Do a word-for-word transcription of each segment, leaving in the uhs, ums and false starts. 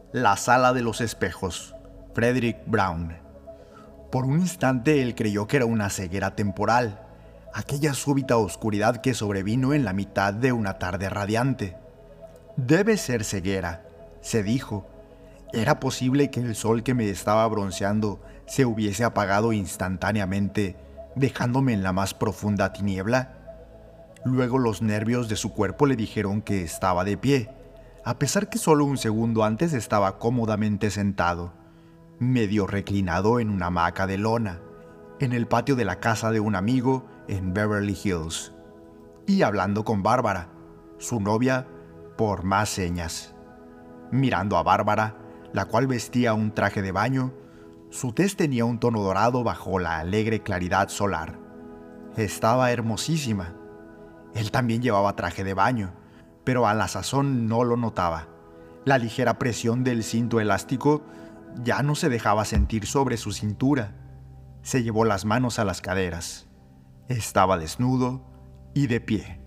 La sala de los espejos, Frederick Brown. Por un instante él creyó que era una ceguera temporal, aquella súbita oscuridad que sobrevino en la mitad de una tarde radiante. Debe ser ceguera, se dijo. ¿Era posible que el sol que me estaba bronceando se hubiese apagado instantáneamente, dejándome en la más profunda tiniebla? Luego los nervios de su cuerpo le dijeron que estaba de pie, a pesar que solo un segundo antes estaba cómodamente sentado, medio reclinado en una hamaca de lona, en el patio de la casa de un amigo en Beverly Hills, y hablando con Bárbara, su novia, por más señas. Mirando a Bárbara, la cual vestía un traje de baño, su tez tenía un tono dorado bajo la alegre claridad solar. Estaba hermosísima. Él también llevaba traje de baño, pero a la sazón no lo notaba. La ligera presión del cinto elástico ya no se dejaba sentir sobre su cintura. Se llevó las manos a las caderas. Estaba desnudo y de pie.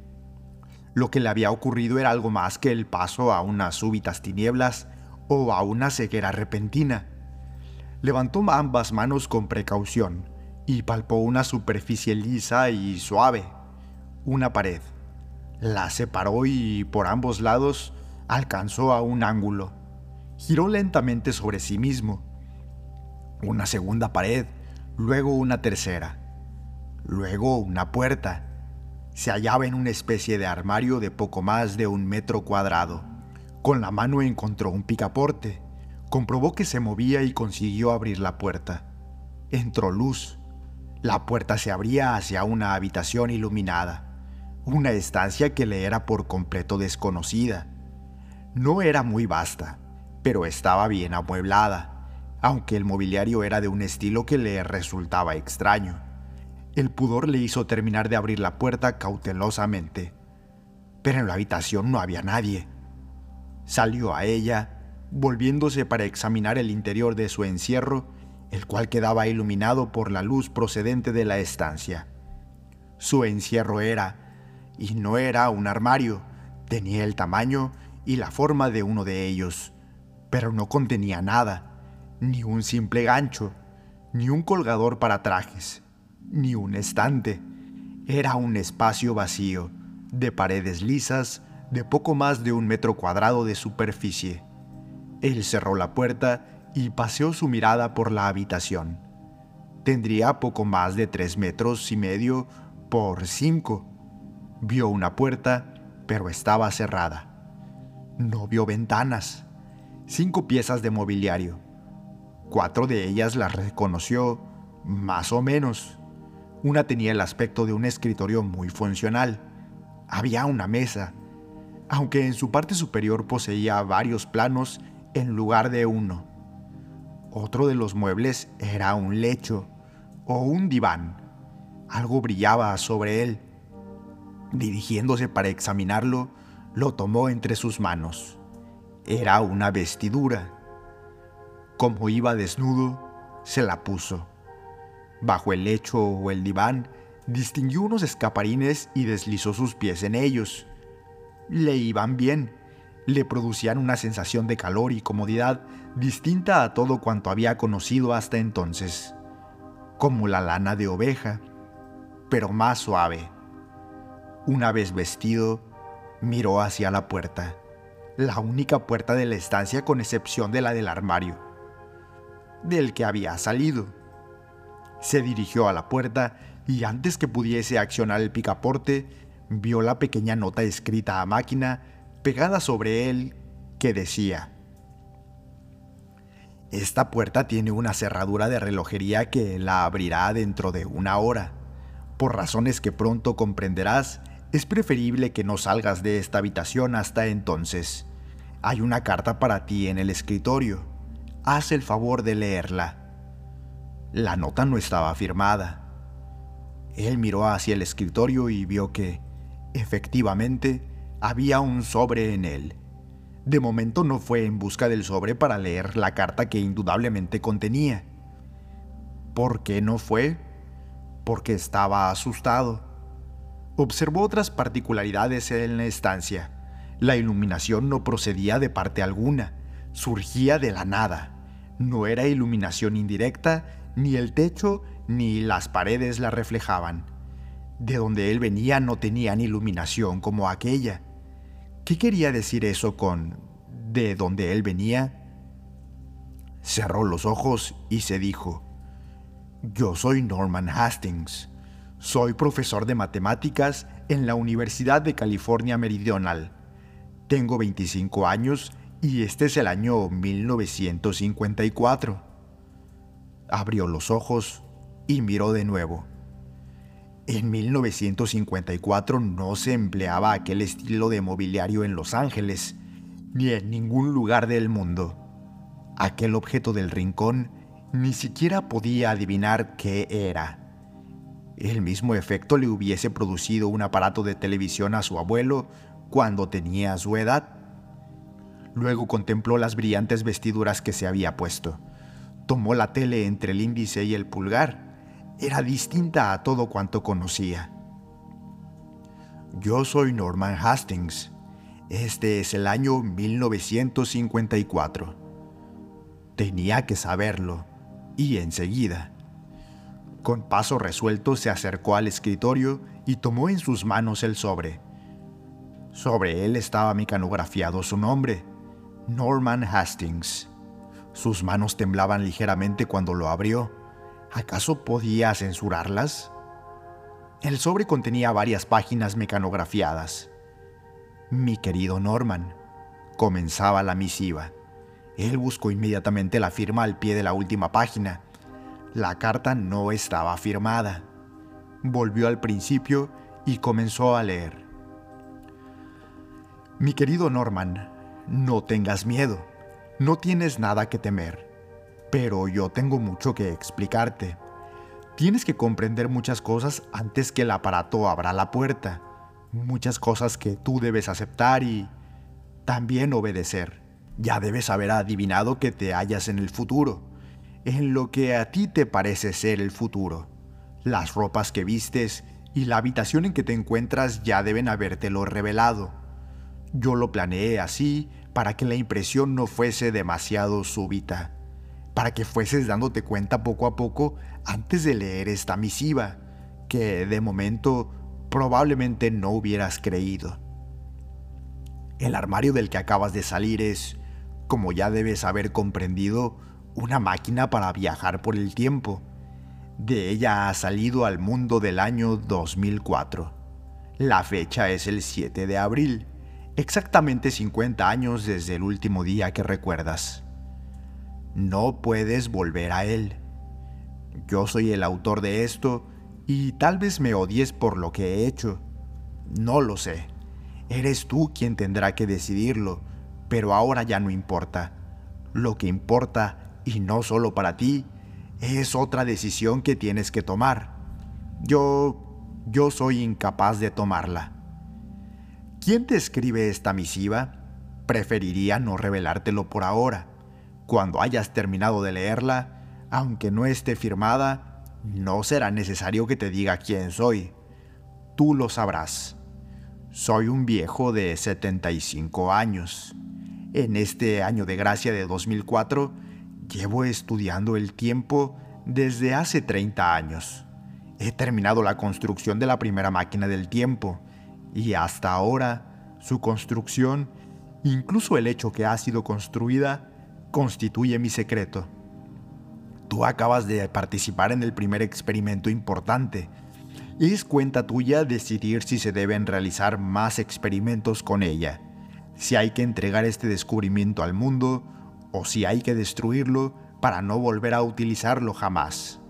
Lo que le había ocurrido era algo más que el paso a unas súbitas tinieblas o a una ceguera repentina. Levantó ambas manos con precaución y palpó una superficie lisa y suave, una pared. La separó y por ambos lados alcanzó a un ángulo. Giró lentamente sobre sí mismo. Una segunda pared, luego una tercera, luego una puerta. Se hallaba en una especie de armario de poco más de un metro cuadrado. Con la mano encontró un picaporte. Comprobó que se movía y consiguió abrir la puerta. Entró luz. La puerta se abría hacia una habitación iluminada, una estancia que le era por completo desconocida. No era muy vasta, pero estaba bien amueblada, aunque el mobiliario era de un estilo que le resultaba extraño. El pudor le hizo terminar de abrir la puerta cautelosamente, pero en la habitación no había nadie. Salió a ella, volviéndose para examinar el interior de su encierro, el cual quedaba iluminado por la luz procedente de la estancia. Su encierro era, y no era un armario, tenía el tamaño y la forma de uno de ellos, pero no contenía nada, ni un simple gancho, ni un colgador para trajes, ni un estante. Era un espacio vacío, de paredes lisas, de poco más de un metro cuadrado de superficie. Él cerró la puerta y paseó su mirada por la habitación. Tendría poco más de tres metros y medio por cinco. Vio una puerta, pero estaba cerrada. No vio ventanas. Cinco piezas de mobiliario. Cuatro de ellas las reconoció, más o menos. Una tenía el aspecto de un escritorio muy funcional. Había una mesa, aunque en su parte superior poseía varios planos en lugar de uno. Otro de los muebles era un lecho o un diván. Algo brillaba sobre él. Dirigiéndose para examinarlo, lo tomó entre sus manos. Era una vestidura. Como iba desnudo, se la puso. Bajo el lecho o el diván, distinguió unos escaparines y deslizó sus pies en ellos. Le iban bien. Le producían una sensación de calor y comodidad distinta a todo cuanto había conocido hasta entonces, como la lana de oveja, pero más suave. Una vez vestido, miró hacia la puerta, la única puerta de la estancia con excepción de la del armario, del que había salido. Se dirigió a la puerta y antes que pudiese accionar el picaporte, vio la pequeña nota escrita a máquina pegada sobre él que decía: esta puerta tiene una cerradura de relojería que la abrirá dentro de una hora. Por razones que pronto comprenderás, es preferible que no salgas de esta habitación hasta entonces. Hay una carta para ti en el escritorio. Haz el favor de leerla. La nota no estaba firmada. Él miró hacia el escritorio y vio que, efectivamente, había un sobre en él. De momento no fue en busca del sobre para leer la carta que indudablemente contenía. ¿Por qué no fue? Porque estaba asustado. Observó otras particularidades en la estancia. La iluminación no procedía de parte alguna. Surgía de la nada. No era iluminación indirecta, ni el techo ni las paredes la reflejaban. De donde él venía no tenían iluminación como aquella. ¿Qué quería decir eso con «de donde él venía»? Cerró los ojos y se dijo: «Yo soy Norman Hastings. Soy profesor de matemáticas en la Universidad de California Meridional. Tengo veinticinco años y este es el año mil novecientos cincuenta y cuatro». Abrió los ojos y miró de nuevo. En mil novecientos cincuenta y cuatro no se empleaba aquel estilo de mobiliario en Los Ángeles, ni en ningún lugar del mundo. Aquel objeto del rincón ni siquiera podía adivinar qué era. El mismo efecto le hubiese producido un aparato de televisión a su abuelo cuando tenía su edad. Luego contempló las brillantes vestiduras que se había puesto. Tomó la tele entre el índice y el pulgar. Era distinta a todo cuanto conocía. «Yo soy Norman Hastings. Este es el año mil novecientos cincuenta y cuatro. Tenía que saberlo, y enseguida. Con paso resuelto se acercó al escritorio y tomó en sus manos el sobre. Sobre él estaba mecanografiado su nombre, Norman Hastings. Sus manos temblaban ligeramente cuando lo abrió. ¿Acaso podía censurarlas? El sobre contenía varias páginas mecanografiadas. «Mi querido Norman», comenzaba la misiva. Él buscó inmediatamente la firma al pie de la última página. La carta no estaba firmada. Volvió al principio y comenzó a leer. «Mi querido Norman, no tengas miedo. No tienes nada que temer. Pero yo tengo mucho que explicarte. Tienes que comprender muchas cosas antes que el aparato abra la puerta. Muchas cosas que tú debes aceptar y también obedecer. Ya debes haber adivinado que te hallas en el futuro, en lo que a ti te parece ser el futuro. Las ropas que vistes y la habitación en que te encuentras ya deben habértelo revelado. Yo lo planeé así para que la impresión no fuese demasiado súbita, para que fueses dándote cuenta poco a poco antes de leer esta misiva, que de momento probablemente no hubieras creído. El armario del que acabas de salir es, como ya debes haber comprendido, una máquina para viajar por el tiempo. De ella ha salido al mundo del año dos mil cuatro. La fecha es el siete de abril, exactamente cincuenta años desde el último día que recuerdas. No puedes volver a él. Yo soy el autor de esto y tal vez me odies por lo que he hecho. No lo sé. Eres tú quien tendrá que decidirlo, pero ahora ya no importa. Lo que importa, y no solo para ti, es otra decisión que tienes que tomar. Yo... yo soy incapaz de tomarla. ¿Quién te escribe esta misiva? Preferiría no revelártelo por ahora. Cuando hayas terminado de leerla, aunque no esté firmada, no será necesario que te diga quién soy. Tú lo sabrás. Soy un viejo de setenta y cinco años. En este año de gracia de dos mil cuatro, llevo estudiando el tiempo desde hace treinta años. He terminado la construcción de la primera máquina del tiempo, y hasta ahora su construcción, incluso el hecho que ha sido construida, constituye mi secreto. Tú acabas de participar en el primer experimento importante. Es cuenta tuya decidir si se deben realizar más experimentos con ella, si hay que entregar este descubrimiento al mundo o si hay que destruirlo para no volver a utilizarlo jamás.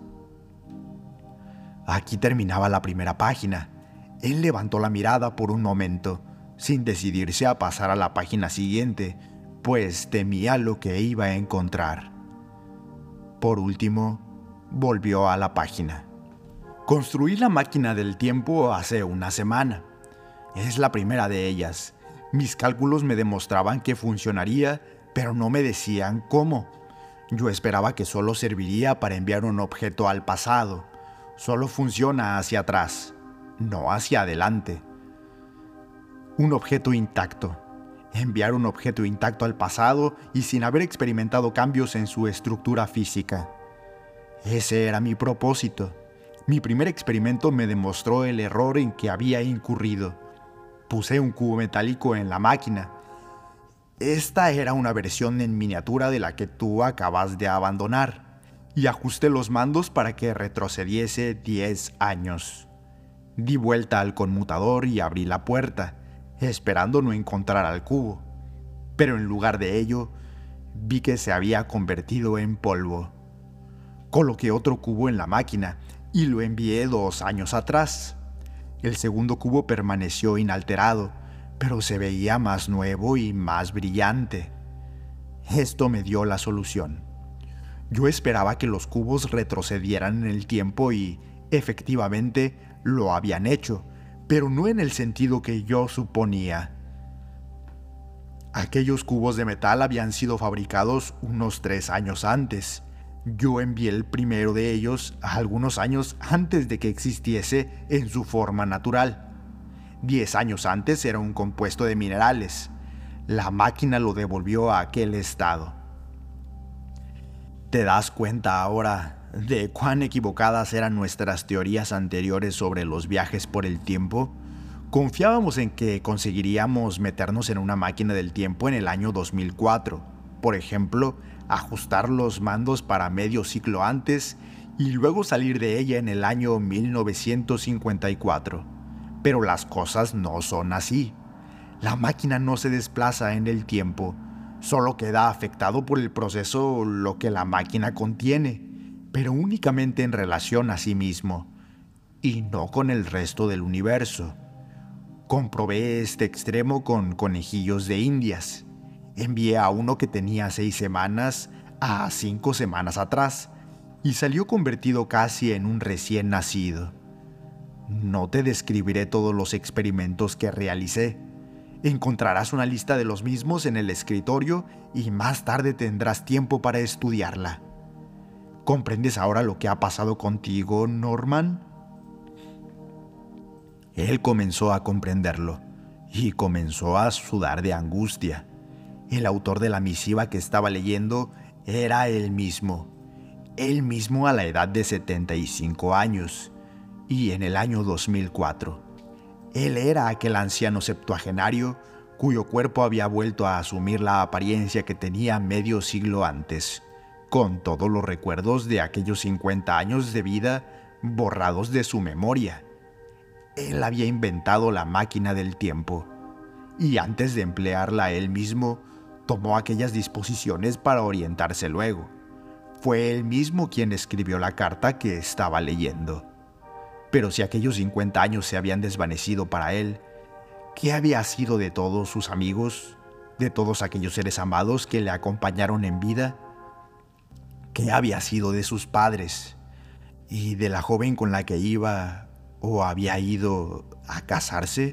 Aquí terminaba la primera página. Él levantó la mirada por un momento, sin decidirse a pasar a la página siguiente, pues temía lo que iba a encontrar. Por último, volvió a la página. Construí la máquina del tiempo hace una semana. Es la primera de ellas. Mis cálculos me demostraban que funcionaría, pero no me decían cómo. Yo esperaba que solo serviría para enviar un objeto al pasado. Solo funciona hacia atrás, no hacia adelante. Un objeto intacto. enviar un objeto intacto al pasado y sin haber experimentado cambios en su estructura física. Ese era mi propósito. Mi primer experimento me demostró el error en que había incurrido. Puse un cubo metálico en la máquina. Esta era una versión en miniatura de la que tú acabas de abandonar, y ajusté los mandos para que retrocediese diez años. Di vuelta al conmutador y abrí la puerta, esperando no encontrar al cubo, pero en lugar de ello, vi que se había convertido en polvo. Coloqué otro cubo en la máquina y lo envié dos años atrás. El segundo cubo permaneció inalterado, pero se veía más nuevo y más brillante. Esto me dio la solución. Yo esperaba que los cubos retrocedieran en el tiempo y, efectivamente, lo habían hecho, pero no en el sentido que yo suponía. Aquellos cubos de metal habían sido fabricados unos tres años antes. Yo envié el primero de ellos algunos años antes de que existiese en su forma natural. Diez años antes era un compuesto de minerales. La máquina lo devolvió a aquel estado. ¿Te das cuenta ahora de cuán equivocadas eran nuestras teorías anteriores sobre los viajes por el tiempo? Confiábamos en que conseguiríamos meternos en una máquina del tiempo en el año dos mil cuatro. Por ejemplo, ajustar los mandos para medio siglo antes y luego salir de ella en el año mil novecientos cincuenta y cuatro. Pero las cosas no son así. La máquina no se desplaza en el tiempo, solo queda afectado por el proceso lo que la máquina contiene, pero únicamente en relación a sí mismo, y no con el resto del universo. Comprobé este extremo con conejillos de indias. Envié a uno que tenía seis semanas a cinco semanas atrás, y salió convertido casi en un recién nacido. No te describiré todos los experimentos que realicé. Encontrarás una lista de los mismos en el escritorio y más tarde tendrás tiempo para estudiarla. ¿Comprendes ahora lo que ha pasado contigo, Norman? Él comenzó a comprenderlo y comenzó a sudar de angustia. El autor de la misiva que estaba leyendo era él mismo. Él mismo a la edad de setenta y cinco años. Y en el año dos mil cuatro, él era aquel anciano septuagenario cuyo cuerpo había vuelto a asumir la apariencia que tenía medio siglo antes, con todos los recuerdos de aquellos cincuenta años de vida borrados de su memoria. Él había inventado la máquina del tiempo, y antes de emplearla él mismo, tomó aquellas disposiciones para orientarse luego. Fue él mismo quien escribió la carta que estaba leyendo. Pero si aquellos cincuenta años se habían desvanecido para él, ¿qué había sido de todos sus amigos, de todos aquellos seres amados que le acompañaron en vida? ¿Qué había sido de sus padres y de la joven con la que iba o había ido a casarse?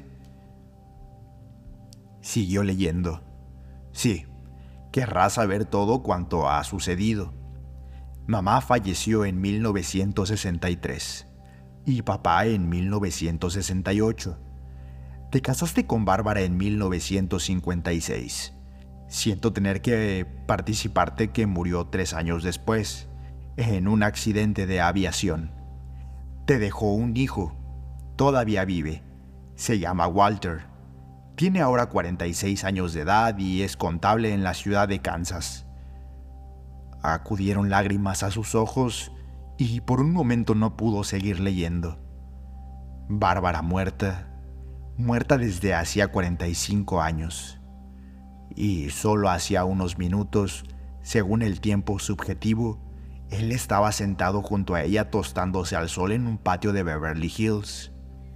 Siguió leyendo. Sí, querrás saber todo cuanto ha sucedido. Mamá falleció en mil novecientos sesenta y tres. Y papá en mil novecientos sesenta y ocho. Te casaste con Bárbara en mil novecientos cincuenta y seis. Siento tener que participarte que murió tres años después, en un accidente de aviación. Te dejó un hijo, todavía vive, se llama Walter. Tiene ahora cuarenta y seis años de edad y es contable en la ciudad de Kansas. Acudieron lágrimas a sus ojos y por un momento no pudo seguir leyendo. Bárbara muerta, muerta desde hacía cuarenta y cinco años. Y solo hacía unos minutos, según el tiempo subjetivo, él estaba sentado junto a ella tostándose al sol en un patio de Beverly Hills.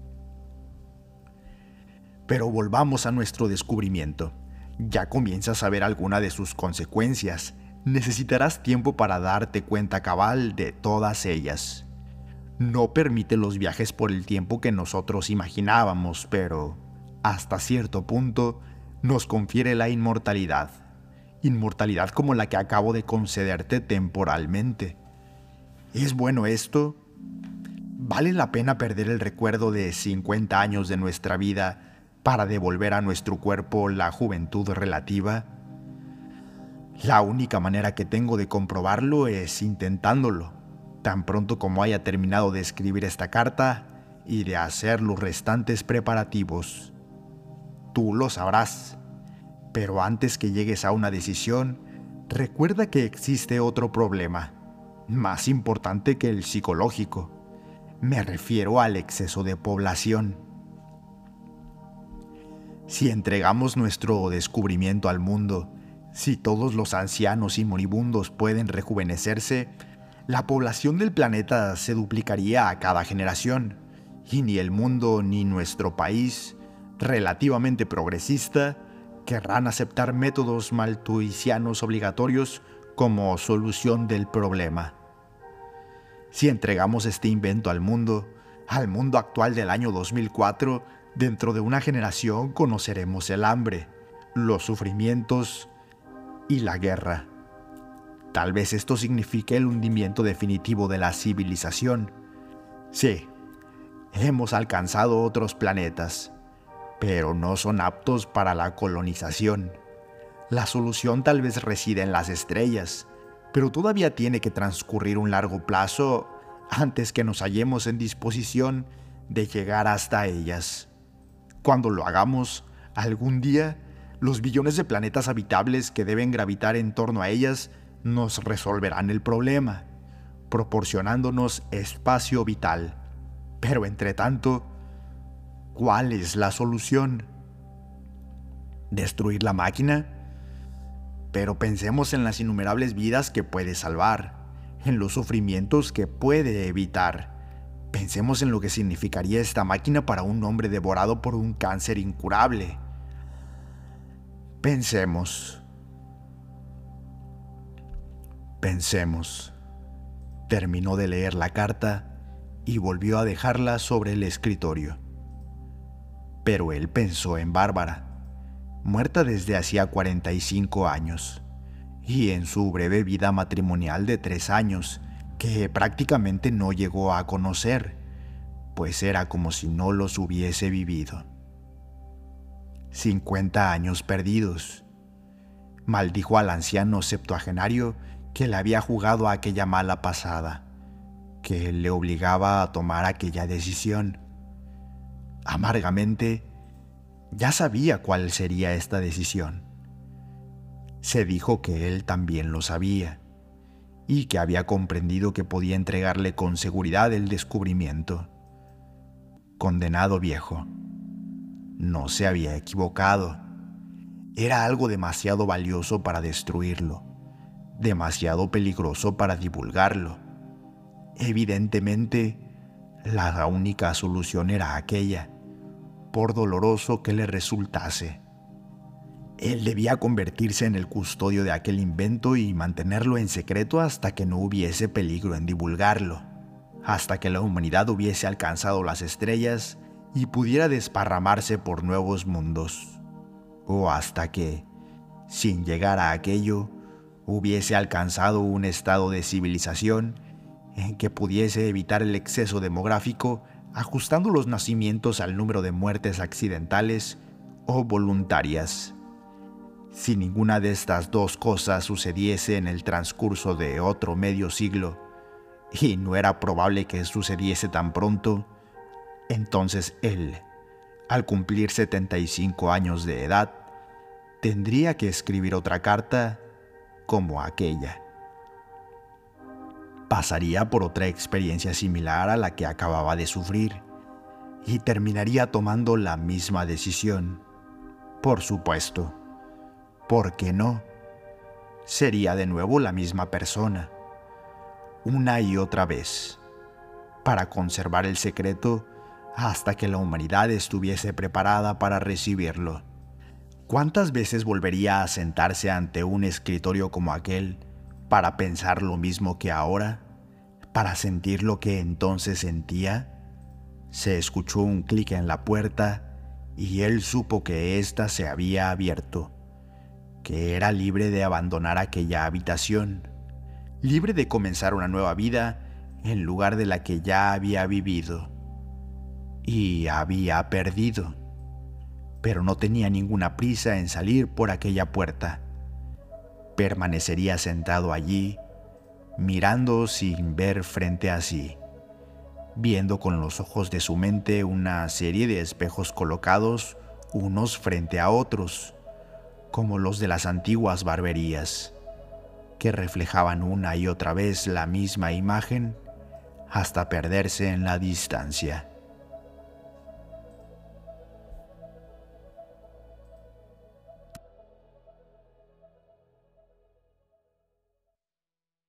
Pero volvamos a nuestro descubrimiento. Ya comienzas a ver alguna de sus consecuencias. Necesitarás tiempo para darte cuenta cabal de todas ellas. No permite los viajes por el tiempo que nosotros imaginábamos, pero, hasta cierto punto, nos confiere la inmortalidad. Inmortalidad como la que acabo de concederte temporalmente. ¿Es bueno esto? ¿Vale la pena perder el recuerdo de cincuenta años de nuestra vida para devolver a nuestro cuerpo la juventud relativa? La única manera que tengo de comprobarlo es intentándolo, tan pronto como haya terminado de escribir esta carta y de hacer los restantes preparativos. Tú lo sabrás, pero antes que llegues a una decisión, recuerda que existe otro problema, más importante que el psicológico. Me refiero al exceso de población. Si entregamos nuestro descubrimiento al mundo, si todos los ancianos y moribundos pueden rejuvenecerse, la población del planeta se duplicaría a cada generación, y ni el mundo ni nuestro país, relativamente progresista, querrán aceptar métodos malthusianos obligatorios como solución del problema. Si entregamos este invento al mundo, al mundo actual del año dos mil cuatro, dentro de una generación conoceremos el hambre, los sufrimientos y la guerra. Tal vez esto signifique el hundimiento definitivo de la civilización. Sí, hemos alcanzado otros planetas, pero no son aptos para la colonización. La solución tal vez reside en las estrellas, pero todavía tiene que transcurrir un largo plazo antes que nos hallemos en disposición de llegar hasta ellas. Cuando lo hagamos, algún día, los billones de planetas habitables que deben gravitar en torno a ellas nos resolverán el problema, proporcionándonos espacio vital. Pero entre tanto, ¿cuál es la solución? ¿Destruir la máquina? Pero pensemos en las innumerables vidas que puede salvar, en los sufrimientos que puede evitar. Pensemos en lo que significaría esta máquina para un hombre devorado por un cáncer incurable. Pensemos. Pensemos. Terminó de leer la carta y volvió a dejarla sobre el escritorio. Pero él pensó en Bárbara, muerta desde hacía cuarenta y cinco años, y en su breve vida matrimonial de tres años, que prácticamente no llegó a conocer, pues era como si no los hubiese vivido. Cincuenta años perdidos. Maldijo al anciano septuagenario que le había jugado a aquella mala pasada, que le obligaba a tomar aquella decisión. Amargamente, ya sabía cuál sería esta decisión. Se dijo que él también lo sabía, y que había comprendido que podía entregarle con seguridad el descubrimiento. Condenado viejo. No se había equivocado. Era algo demasiado valioso para destruirlo, demasiado peligroso para divulgarlo. Evidentemente, la única solución era aquella, por doloroso que le resultase. Él debía convertirse en el custodio de aquel invento y mantenerlo en secreto hasta que no hubiese peligro en divulgarlo, hasta que la humanidad hubiese alcanzado las estrellas y pudiera desparramarse por nuevos mundos, o hasta que, sin llegar a aquello, hubiese alcanzado un estado de civilización en que pudiese evitar el exceso demográfico, ajustando los nacimientos al número de muertes accidentales o voluntarias. Si ninguna de estas dos cosas sucediese en el transcurso de otro medio siglo, y no era probable que sucediese tan pronto, entonces él, al cumplir setenta y cinco años de edad, tendría que escribir otra carta como aquella. Pasaría por otra experiencia similar a la que acababa de sufrir y terminaría tomando la misma decisión. Por supuesto. ¿Por qué no? Sería de nuevo la misma persona, una y otra vez, para conservar el secreto hasta que la humanidad estuviese preparada para recibirlo. ¿Cuántas veces volvería a sentarse ante un escritorio como aquel para pensar lo mismo que ahora, para sentir lo que entonces sentía? Se escuchó un clic en la puerta y él supo que ésta se había abierto, que era libre de abandonar aquella habitación, libre de comenzar una nueva vida en lugar de la que ya había vivido y había perdido. pero no tenía ninguna prisa en salir por aquella puerta. Permanecería sentado allí, mirando sin ver frente a sí, viendo con los ojos de su mente una serie de espejos colocados unos frente a otros, como los de las antiguas barberías, que reflejaban una y otra vez la misma imagen hasta perderse en la distancia.